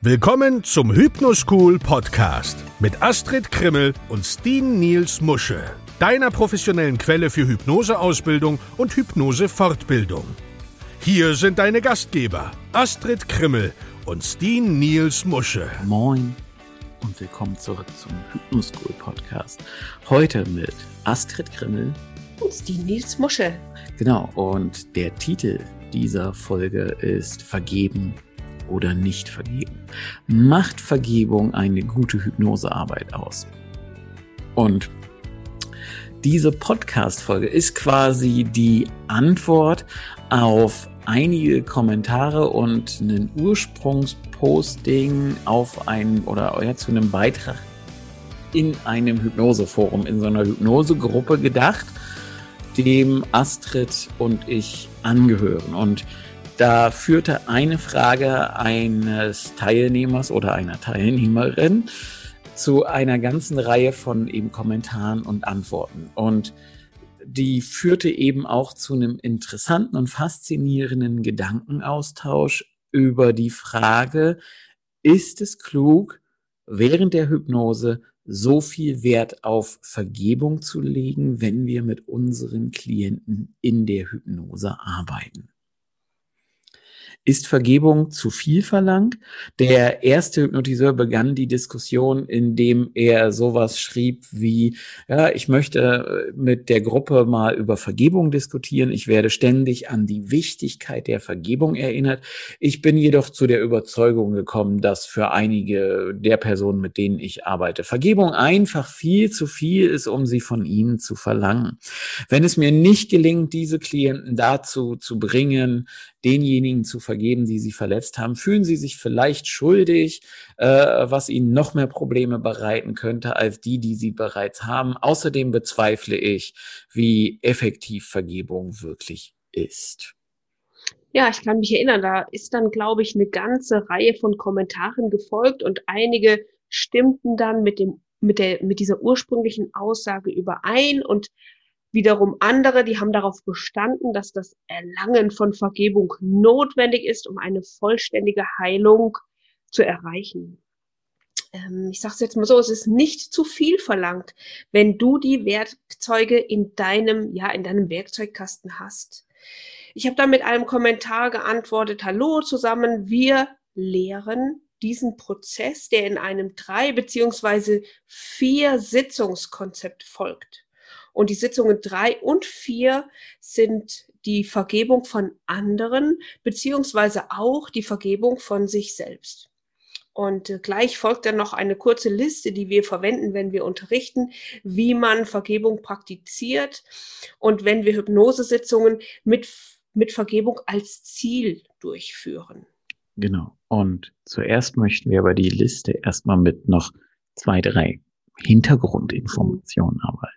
Willkommen zum Hypnoschool Podcast mit Astrid Krimmel und Steen Niels Musche, deiner professionellen Quelle für Hypnoseausbildung und Hypnosefortbildung. Hier sind deine Gastgeber Astrid Krimmel und Steen Niels Musche. Moin und willkommen zurück zum Hypnoschool Podcast. Heute mit Astrid Krimmel und Steen Niels Musche. Genau, und der Titel dieser Folge ist Vergeben oder nicht vergeben. Macht Vergebung eine gute Hypnosearbeit aus? Und diese Podcast-Folge ist quasi die Antwort auf einige Kommentare und einen Ursprungsposting auf zu einem Beitrag in einem Hypnoseforum, in so einer Hypnosegruppe gedacht, dem Astrid und ich angehören. Und da führte eine Frage eines Teilnehmers oder einer Teilnehmerin zu einer ganzen Reihe von eben Kommentaren und Antworten. Und die führte eben auch zu einem interessanten und faszinierenden Gedankenaustausch über die Frage, ist es klug, während der Hypnose so viel Wert auf Vergebung zu legen, wenn wir mit unseren Klienten in der Hypnose arbeiten? Ist Vergebung zu viel verlangt? Der erste Hypnotiseur begann die Diskussion, indem er sowas schrieb wie, ja, ich möchte mit der Gruppe mal über Vergebung diskutieren. Ich werde ständig an die Wichtigkeit der Vergebung erinnert. Ich bin jedoch zu der Überzeugung gekommen, dass für einige der Personen, mit denen ich arbeite, Vergebung einfach viel zu viel ist, um sie von ihnen zu verlangen. Wenn es mir nicht gelingt, diese Klienten dazu zu bringen, denjenigen zu vergeben, die sie verletzt haben, fühlen sie sich vielleicht schuldig, was ihnen noch mehr Probleme bereiten könnte als die sie bereits haben. Außerdem bezweifle ich, wie effektiv Vergebung wirklich ist. Ja, ich kann mich erinnern, da ist dann, glaube ich, eine ganze Reihe von Kommentaren gefolgt und einige stimmten dann mit dieser ursprünglichen Aussage überein und wiederum andere, die haben darauf bestanden, dass das Erlangen von Vergebung notwendig ist, um eine vollständige Heilung zu erreichen. Ich sage es jetzt mal so, es ist nicht zu viel verlangt, wenn du die Werkzeuge in deinem Werkzeugkasten hast. Ich habe dann mit einem Kommentar geantwortet, hallo zusammen, wir lehren diesen Prozess, der in einem 3 bzw. 4 Sitzungskonzept folgt. Und die Sitzungen 3 und 4 sind die Vergebung von anderen, beziehungsweise auch die Vergebung von sich selbst. Und gleich folgt dann noch eine kurze Liste, die wir verwenden, wenn wir unterrichten, wie man Vergebung praktiziert und wenn wir Hypnosesitzungen mit Vergebung als Ziel durchführen. Genau. Und zuerst möchten wir aber die Liste erstmal mit noch 2, 3 Hintergrundinformationen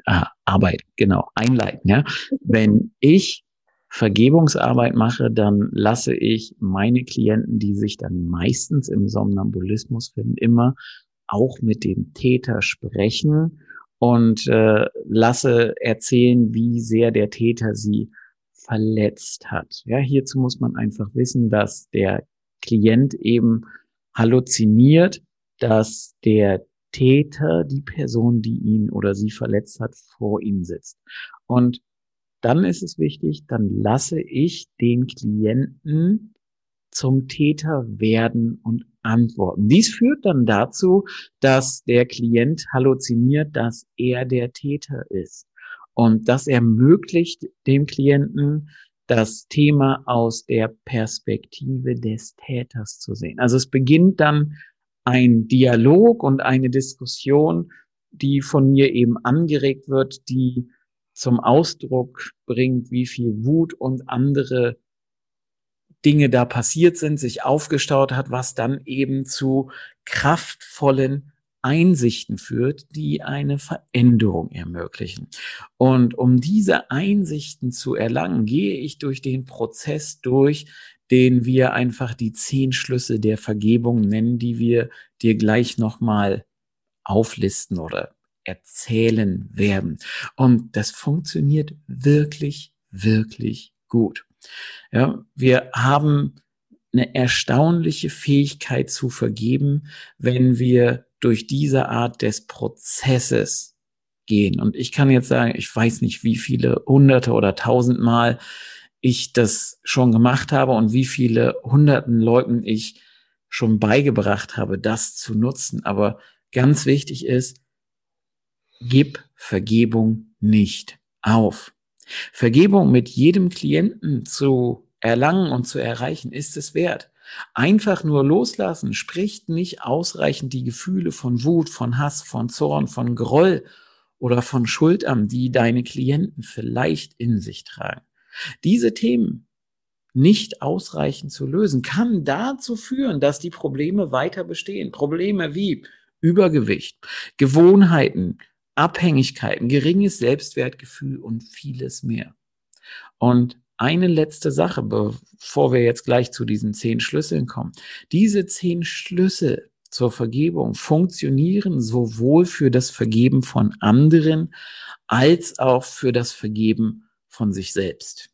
einleiten. Ja? Wenn ich Vergebungsarbeit mache, dann lasse ich meine Klienten, die sich dann meistens im Somnambulismus finden, immer auch mit dem Täter sprechen und lasse erzählen, wie sehr der Täter sie verletzt hat. Ja, hierzu muss man einfach wissen, dass der Klient eben halluziniert, dass der Täter, die Person, die ihn oder sie verletzt hat, vor ihm sitzt. Und dann ist es wichtig, dann lasse ich den Klienten zum Täter werden und antworten. Dies führt dann dazu, dass der Klient halluziniert, dass er der Täter ist. Und das ermöglicht dem Klienten, das Thema aus der Perspektive des Täters zu sehen. Also es beginnt dann ein Dialog und eine Diskussion, die von mir eben angeregt wird, die zum Ausdruck bringt, wie viel Wut und andere Dinge da passiert sind, sich aufgestaut hat, was dann eben zu kraftvollen Einsichten führt, die eine Veränderung ermöglichen. Und um diese Einsichten zu erlangen, gehe ich durch den Prozess durch, den wir einfach die 10 Schlüsse der Vergebung nennen, die wir dir gleich nochmal auflisten oder erzählen werden. Und das funktioniert wirklich, wirklich gut. Ja, wir haben eine erstaunliche Fähigkeit zu vergeben, wenn wir durch diese Art des Prozesses gehen. Und ich kann jetzt sagen, ich weiß nicht, wie viele Hunderte oder Tausendmal ich das schon gemacht habe und wie viele hunderten Leuten ich schon beigebracht habe, das zu nutzen. Aber ganz wichtig ist, gib Vergebung nicht auf. Vergebung mit jedem Klienten zu erlangen und zu erreichen, ist es wert. Einfach nur loslassen spricht nicht ausreichend die Gefühle von Wut, von Hass, von Zorn, von Groll oder von Schuld an, die deine Klienten vielleicht in sich tragen. Diese Themen nicht ausreichend zu lösen, kann dazu führen, dass die Probleme weiter bestehen. Probleme wie Übergewicht, Gewohnheiten, Abhängigkeiten, geringes Selbstwertgefühl und vieles mehr. Und eine letzte Sache, bevor wir jetzt gleich zu diesen 10 Schlüsseln kommen. Diese 10 Schlüssel zur Vergebung funktionieren sowohl für das Vergeben von anderen als auch für das Vergeben von sich selbst.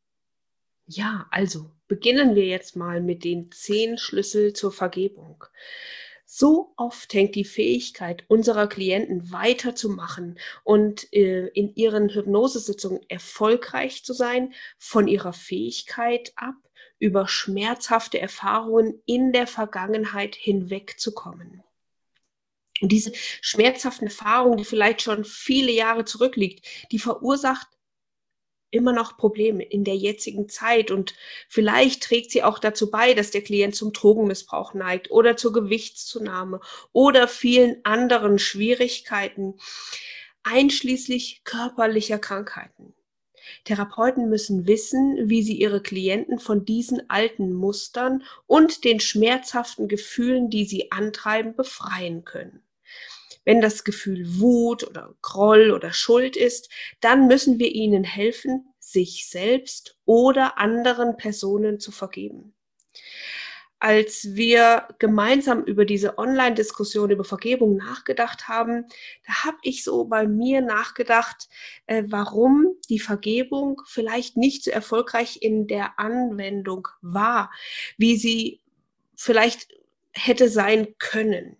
Ja, also beginnen wir jetzt mal mit den 10 Schlüssel zur Vergebung. So oft hängt die Fähigkeit unserer Klienten weiterzumachen und in ihren Hypnosesitzungen erfolgreich zu sein, von ihrer Fähigkeit ab, über schmerzhafte Erfahrungen in der Vergangenheit hinwegzukommen. Und diese schmerzhaften Erfahrungen, die vielleicht schon viele Jahre zurückliegt, die verursacht immer noch Probleme in der jetzigen Zeit und vielleicht trägt sie auch dazu bei, dass der Klient zum Drogenmissbrauch neigt oder zur Gewichtszunahme oder vielen anderen Schwierigkeiten, einschließlich körperlicher Krankheiten. Therapeuten müssen wissen, wie sie ihre Klienten von diesen alten Mustern und den schmerzhaften Gefühlen, die sie antreiben, befreien können. Wenn das Gefühl Wut oder Groll oder Schuld ist, dann müssen wir ihnen helfen, sich selbst oder anderen Personen zu vergeben. Als wir gemeinsam über diese Online-Diskussion über Vergebung nachgedacht haben, da habe ich so bei mir nachgedacht, warum die Vergebung vielleicht nicht so erfolgreich in der Anwendung war, wie sie vielleicht hätte sein können.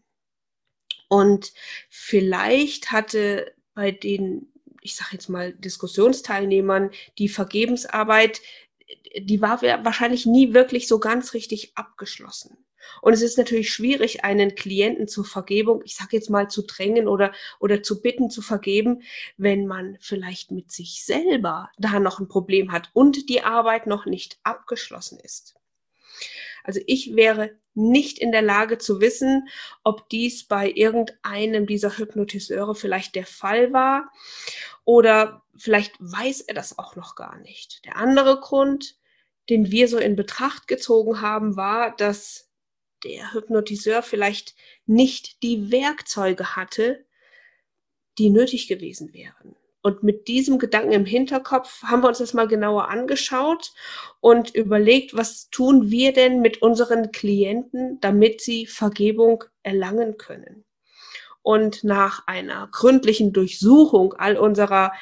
Und vielleicht hatte bei den, ich sage jetzt mal, Diskussionsteilnehmern die Vergebensarbeit, die war wahrscheinlich nie wirklich so ganz richtig abgeschlossen. Und es ist natürlich schwierig, einen Klienten zur Vergebung, ich sage jetzt mal, zu drängen oder zu bitten, zu vergeben, wenn man vielleicht mit sich selber da noch ein Problem hat und die Arbeit noch nicht abgeschlossen ist. Also ich wäre nicht in der Lage zu wissen, ob dies bei irgendeinem dieser Hypnotiseure vielleicht der Fall war oder vielleicht weiß er das auch noch gar nicht. Der andere Grund, den wir so in Betracht gezogen haben, war, dass der Hypnotiseur vielleicht nicht die Werkzeuge hatte, die nötig gewesen wären. Und mit diesem Gedanken im Hinterkopf haben wir uns das mal genauer angeschaut und überlegt, was tun wir denn mit unseren Klienten, damit sie Vergebung erlangen können. Und nach einer gründlichen Durchsuchung all unserer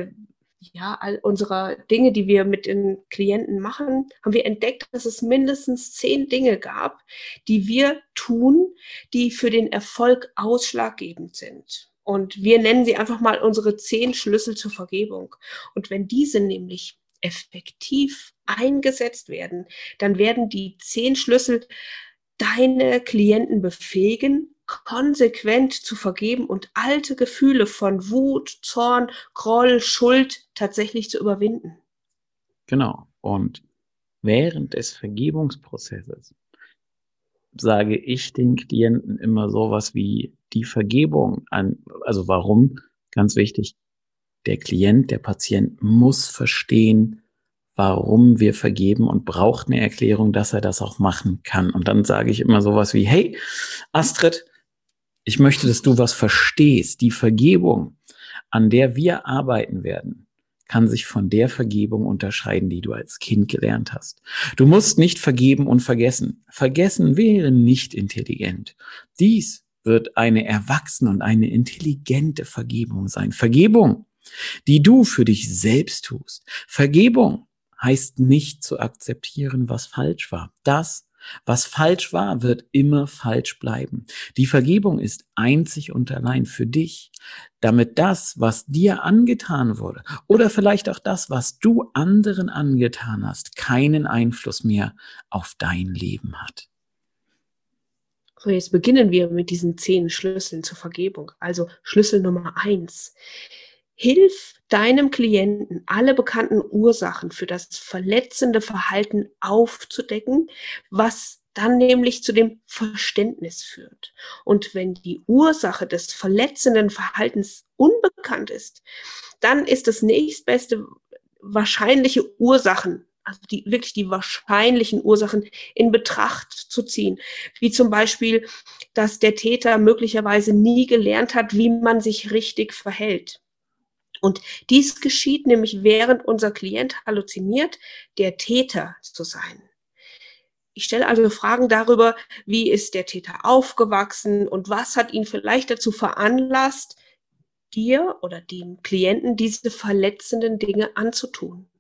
Dinge, die wir mit den Klienten machen, haben wir entdeckt, dass es mindestens 10 Dinge gab, die wir tun, die für den Erfolg ausschlaggebend sind. Und wir nennen sie einfach mal unsere 10 Schlüssel zur Vergebung. Und wenn diese nämlich effektiv eingesetzt werden, dann werden die 10 Schlüssel deine Klienten befähigen, konsequent zu vergeben und alte Gefühle von Wut, Zorn, Groll, Schuld tatsächlich zu überwinden. Genau. Und während des Vergebungsprozesses sage ich den Klienten immer sowas wie die Vergebung an. Also warum? Ganz wichtig. Der Klient, der Patient muss verstehen, warum wir vergeben und braucht eine Erklärung, dass er das auch machen kann. Und dann sage ich immer sowas wie, hey, Astrid, ich möchte, dass du was verstehst. Die Vergebung, an der wir arbeiten werden, kann sich von der Vergebung unterscheiden, die du als Kind gelernt hast. Du musst nicht vergeben und vergessen. Vergessen wäre nicht intelligent. Dies wird eine erwachsene und eine intelligente Vergebung sein. Vergebung, die du für dich selbst tust. Vergebung heißt nicht zu akzeptieren, was falsch war. Das Was falsch war, wird immer falsch bleiben. Die Vergebung ist einzig und allein für dich, damit das, was dir angetan wurde, oder vielleicht auch das, was du anderen angetan hast, keinen Einfluss mehr auf dein Leben hat. So, jetzt beginnen wir mit diesen 10 Schlüsseln zur Vergebung. Also Schlüssel Nummer 1. Hilf deinem Klienten, alle bekannten Ursachen für das verletzende Verhalten aufzudecken, was dann nämlich zu dem Verständnis führt. Und wenn die Ursache des verletzenden Verhaltens unbekannt ist, dann ist das nächstbeste wahrscheinliche Ursachen, also wirklich die wahrscheinlichen Ursachen in Betracht zu ziehen. Wie zum Beispiel, dass der Täter möglicherweise nie gelernt hat, wie man sich richtig verhält. Und dies geschieht nämlich, während unser Klient halluziniert, der Täter zu sein. Ich stelle also Fragen darüber, wie ist der Täter aufgewachsen und was hat ihn vielleicht dazu veranlasst, dir oder dem Klienten diese verletzenden Dinge anzutun.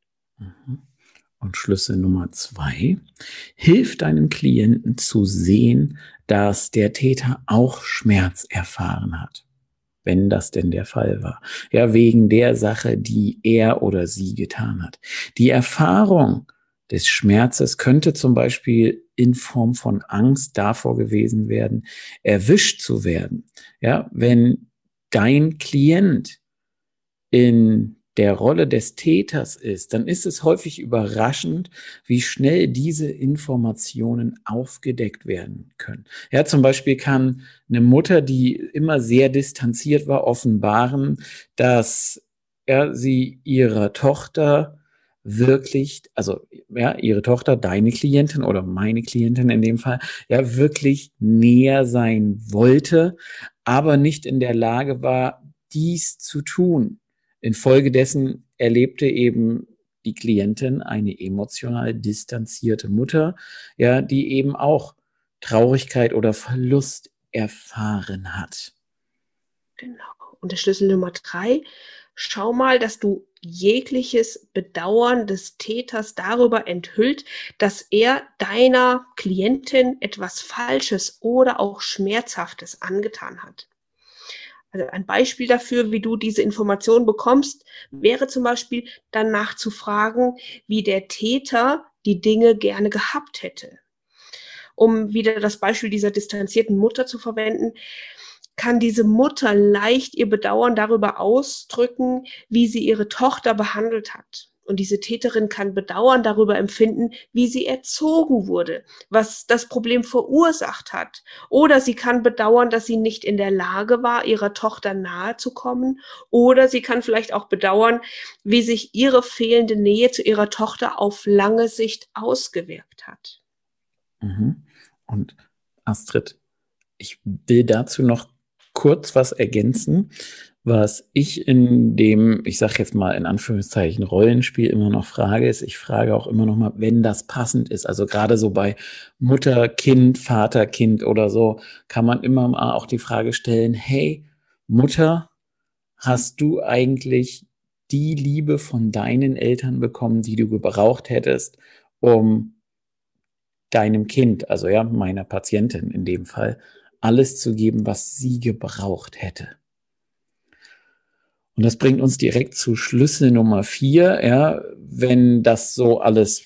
Und Schlüssel Nummer 2, hilf deinem Klienten zu sehen, dass der Täter auch Schmerz erfahren hat, wenn das denn der Fall war. Ja, wegen der Sache, die er oder sie getan hat. Die Erfahrung des Schmerzes könnte zum Beispiel in Form von Angst davor gewesen werden, erwischt zu werden. Ja, wenn dein Klient in der Rolle des Täters ist, dann ist es häufig überraschend, wie schnell diese Informationen aufgedeckt werden können. Ja, zum Beispiel kann eine Mutter, die immer sehr distanziert war, offenbaren, dass sie ihrer Tochter wirklich, also ja, ihre Tochter, deine Klientin oder meine Klientin in dem Fall, ja, wirklich näher sein wollte, aber nicht in der Lage war, dies zu tun. Infolgedessen erlebte eben die Klientin eine emotional distanzierte Mutter, ja, die eben auch Traurigkeit oder Verlust erfahren hat. Genau. Und der Schlüssel Nummer 3, schau mal, dass du jegliches Bedauern des Täters darüber enthüllt, dass er deiner Klientin etwas Falsches oder auch Schmerzhaftes angetan hat. Also ein Beispiel dafür, wie du diese Information bekommst, wäre zum Beispiel danach zu fragen, wie der Täter die Dinge gerne gehabt hätte. Um wieder das Beispiel dieser distanzierten Mutter zu verwenden, kann diese Mutter leicht ihr Bedauern darüber ausdrücken, wie sie ihre Tochter behandelt hat. Und diese Täterin kann Bedauern darüber empfinden, wie sie erzogen wurde, was das Problem verursacht hat. Oder sie kann bedauern, dass sie nicht in der Lage war, ihrer Tochter nahe zu kommen. Oder sie kann vielleicht auch bedauern, wie sich ihre fehlende Nähe zu ihrer Tochter auf lange Sicht ausgewirkt hat. Und Astrid, ich will dazu noch kurz was ergänzen, was ich in dem, ich sage jetzt mal in Anführungszeichen, Rollenspiel immer noch frage, ist, ich frage auch immer noch mal, wenn das passend ist. Also gerade so bei Mutter, Kind, Vater, Kind oder so, kann man immer mal auch die Frage stellen, hey, Mutter, hast du eigentlich die Liebe von deinen Eltern bekommen, die du gebraucht hättest, um deinem Kind, also ja, meiner Patientin in dem Fall, alles zu geben, was sie gebraucht hätte? Und das bringt uns direkt zu Schlüssel Nummer 4, ja, wenn das so alles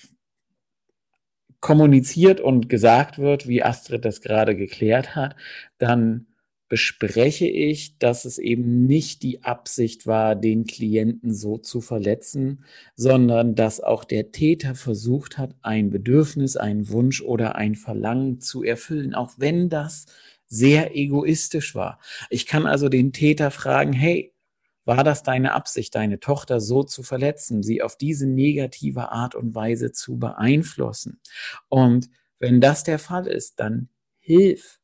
kommuniziert und gesagt wird, wie Astrid das gerade geklärt hat, dann bespreche ich, dass es eben nicht die Absicht war, den Klienten so zu verletzen, sondern dass auch der Täter versucht hat, ein Bedürfnis, einen Wunsch oder ein Verlangen zu erfüllen, auch wenn das sehr egoistisch war. Ich kann also den Täter fragen, hey, war das deine Absicht, deine Tochter so zu verletzen, sie auf diese negative Art und Weise zu beeinflussen? Und wenn das der Fall ist, dann hilft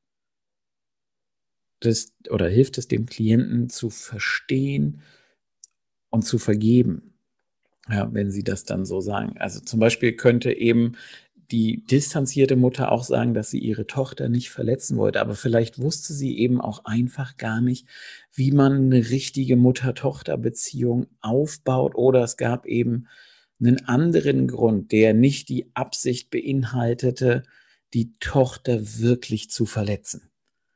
es dem Klienten zu verstehen und zu vergeben, ja, wenn sie das dann so sagen. Also zum Beispiel könnte eben die distanzierte Mutter auch sagen, dass sie ihre Tochter nicht verletzen wollte, aber vielleicht wusste sie eben auch einfach gar nicht, wie man eine richtige Mutter-Tochter-Beziehung aufbaut, oder es gab eben einen anderen Grund, der nicht die Absicht beinhaltete, die Tochter wirklich zu verletzen?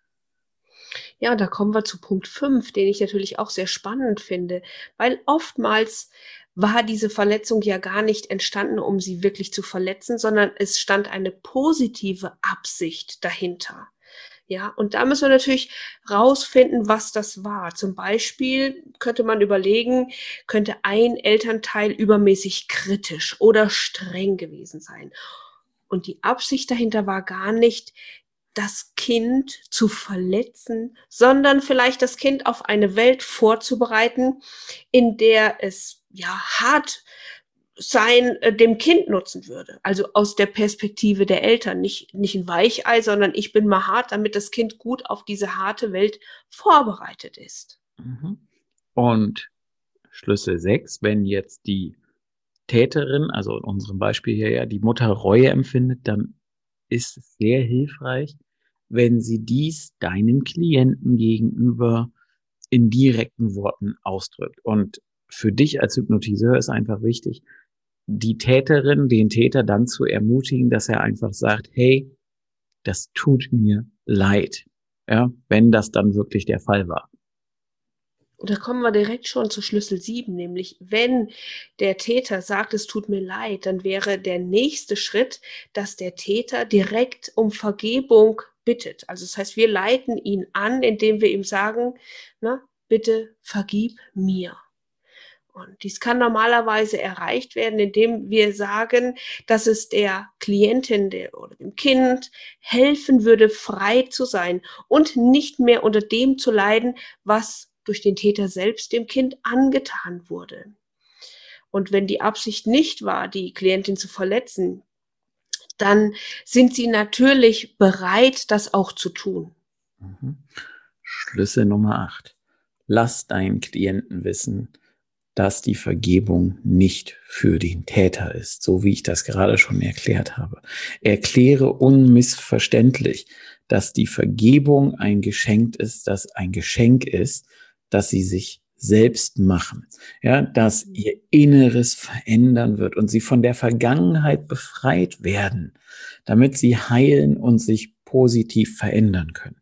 Ja, da kommen wir zu Punkt 5, den ich natürlich auch sehr spannend finde, weil oftmals war diese Verletzung ja gar nicht entstanden, um sie wirklich zu verletzen, sondern es stand eine positive Absicht dahinter. Ja, und da müssen wir natürlich rausfinden, was das war. Zum Beispiel könnte man überlegen, könnte ein Elternteil übermäßig kritisch oder streng gewesen sein. Und die Absicht dahinter war gar nicht, das Kind zu verletzen, sondern vielleicht das Kind auf eine Welt vorzubereiten, in der es ja hart sein dem Kind nutzen würde. Also aus der Perspektive der Eltern, nicht ein Weichei, sondern ich bin mal hart, damit das Kind gut auf diese harte Welt vorbereitet ist. Mhm. Und Schlüssel 6, wenn jetzt die Täterin, also in unserem Beispiel hier ja, die Mutter Reue empfindet, dann ist es sehr hilfreich, wenn sie dies deinem Klienten gegenüber in direkten Worten ausdrückt. Und für dich als Hypnotiseur ist einfach wichtig, die Täterin, den Täter dann zu ermutigen, dass er einfach sagt, hey, das tut mir leid. Ja, wenn das dann wirklich der Fall war. Und da kommen wir direkt schon zu Schlüssel 7, nämlich wenn der Täter sagt, es tut mir leid, dann wäre der nächste Schritt, dass der Täter direkt um Vergebung bittet. Also das heißt, wir leiten ihn an, indem wir ihm sagen, na, bitte vergib mir. Und dies kann normalerweise erreicht werden, indem wir sagen, dass es der Klientin oder dem Kind helfen würde, frei zu sein und nicht mehr unter dem zu leiden, was durch den Täter selbst dem Kind angetan wurde. Und wenn die Absicht nicht war, die Klientin zu verletzen, dann sind sie natürlich bereit, das auch zu tun. Mhm. Schlüssel Nummer 8. Lass deinen Klienten wissen, dass die Vergebung nicht für den Täter ist, so wie ich das gerade schon erklärt habe. Erkläre unmissverständlich, dass die Vergebung ein Geschenk ist, dass sie sich selbst machen, ja, dass ihr Inneres verändern wird und sie von der Vergangenheit befreit werden, damit sie heilen und sich positiv verändern können.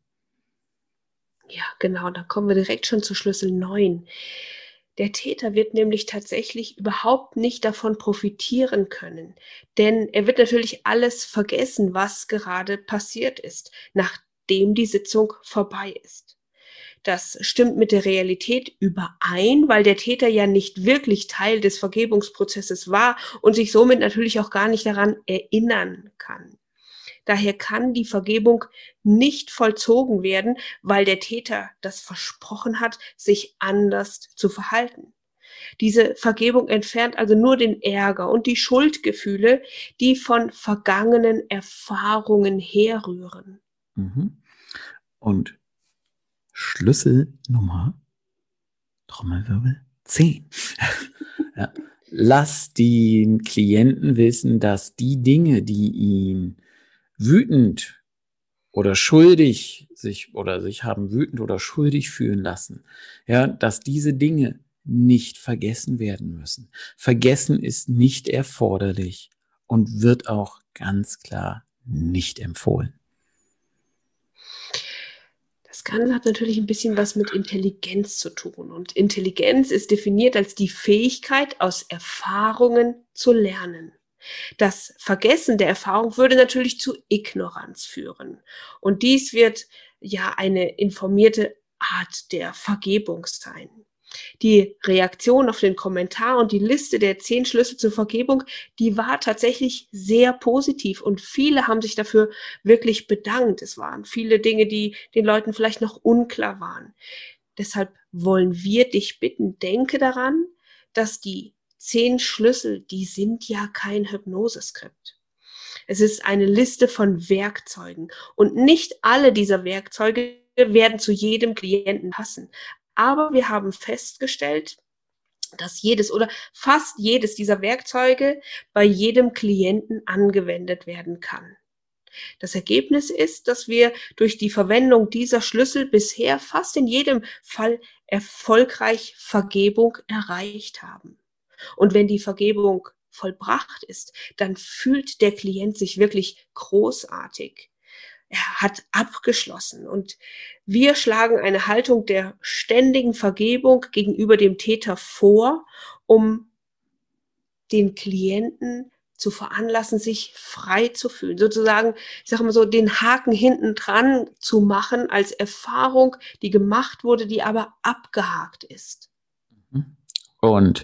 Ja, genau, da kommen wir direkt schon zu Schlüssel 9. Der Täter wird nämlich tatsächlich überhaupt nicht davon profitieren können, denn er wird natürlich alles vergessen, was gerade passiert ist, nachdem die Sitzung vorbei ist. Das stimmt mit der Realität überein, weil der Täter ja nicht wirklich Teil des Vergebungsprozesses war und sich somit natürlich auch gar nicht daran erinnern kann. Daher kann die Vergebung nicht vollzogen werden, weil der Täter das versprochen hat, sich anders zu verhalten. Diese Vergebung entfernt also nur den Ärger und die Schuldgefühle, die von vergangenen Erfahrungen herrühren. Und Schlüssel Nummer, Trommelwirbel, 10. Ja. Lass den Klienten wissen, dass die Dinge, die ihn wütend oder schuldig sich haben wütend oder schuldig fühlen lassen, ja, dass diese Dinge nicht vergessen werden müssen. Vergessen ist nicht erforderlich und wird auch ganz klar nicht empfohlen. Das Ganze hat natürlich ein bisschen was mit Intelligenz zu tun. Und Intelligenz ist definiert als die Fähigkeit, aus Erfahrungen zu lernen. Das Vergessen der Erfahrung würde natürlich zu Ignoranz führen. Und dies wird ja eine informierte Art der Vergebung sein. Die Reaktion auf den Kommentar und die Liste der 10 Schlüsse zur Vergebung, die war tatsächlich sehr positiv und viele haben sich dafür wirklich bedankt. Es waren viele Dinge, die den Leuten vielleicht noch unklar waren. Deshalb wollen wir dich bitten, denke daran, dass die 10 Schlüssel, die sind ja kein Hypnoseskript. Es ist eine Liste von Werkzeugen und nicht alle dieser Werkzeuge werden zu jedem Klienten passen. Aber wir haben festgestellt, dass jedes oder fast jedes dieser Werkzeuge bei jedem Klienten angewendet werden kann. Das Ergebnis ist, dass wir durch die Verwendung dieser Schlüssel bisher fast in jedem Fall erfolgreich Vergebung erreicht haben. Und wenn die Vergebung vollbracht ist, dann fühlt der Klient sich wirklich großartig. Er hat abgeschlossen und wir schlagen eine Haltung der ständigen Vergebung gegenüber dem Täter vor, um den Klienten zu veranlassen, sich frei zu fühlen. Sozusagen, ich sage mal so, den Haken hinten dran zu machen als Erfahrung, die gemacht wurde, die aber abgehakt ist. Und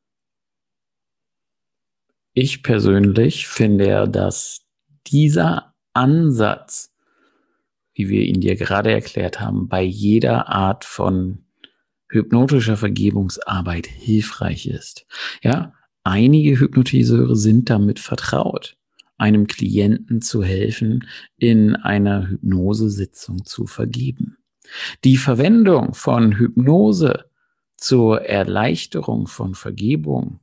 ich persönlich finde ja, dass dieser Ansatz, wie wir ihn dir gerade erklärt haben, bei jeder Art von hypnotischer Vergebungsarbeit hilfreich ist. Ja, einige Hypnotiseure sind damit vertraut, einem Klienten zu helfen, in einer Hypnosesitzung zu vergeben. Die Verwendung von Hypnose zur Erleichterung von Vergebung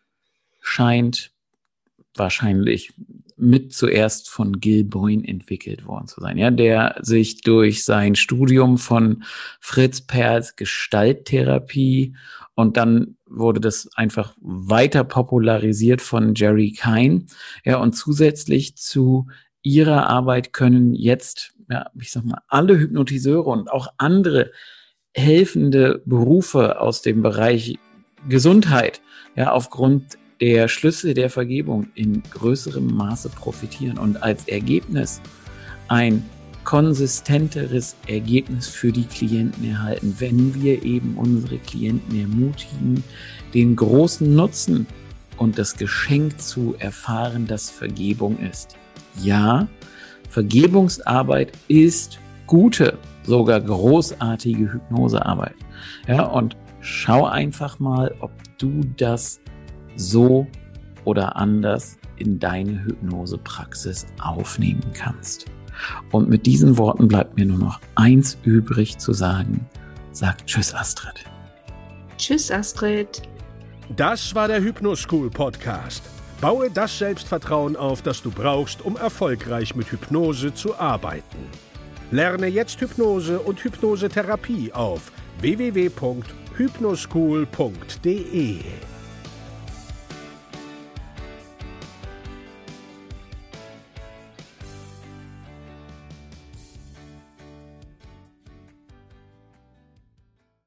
scheint wahrscheinlich mit zuerst von Gil Boyne entwickelt worden zu sein, ja, der sich durch sein Studium von Fritz Perls Gestalttherapie und dann wurde das einfach weiter popularisiert von Jerry Kein, ja, und zusätzlich zu ihrer Arbeit können jetzt, ja, ich sag mal, alle Hypnotiseure und auch andere helfende Berufe aus dem Bereich Gesundheit, ja, aufgrund der Schlüsse der Vergebung in größerem Maße profitieren und als Ergebnis ein konsistenteres Ergebnis für die Klienten erhalten, wenn wir eben unsere Klienten ermutigen, den großen Nutzen und das Geschenk zu erfahren, das Vergebung ist. Ja, Vergebungsarbeit ist gute, sogar großartige Hypnosearbeit. Ja, und schau einfach mal, ob du das so oder anders in deine Hypnosepraxis aufnehmen kannst. Und mit diesen Worten bleibt mir nur noch eins übrig zu sagen. Sag Tschüss, Astrid. Tschüss, Astrid. Das war der Hypnoschool Podcast. Baue das Selbstvertrauen auf, das du brauchst, um erfolgreich mit Hypnose zu arbeiten. Lerne jetzt Hypnose und Hypnosetherapie auf www.hypnoschool.de.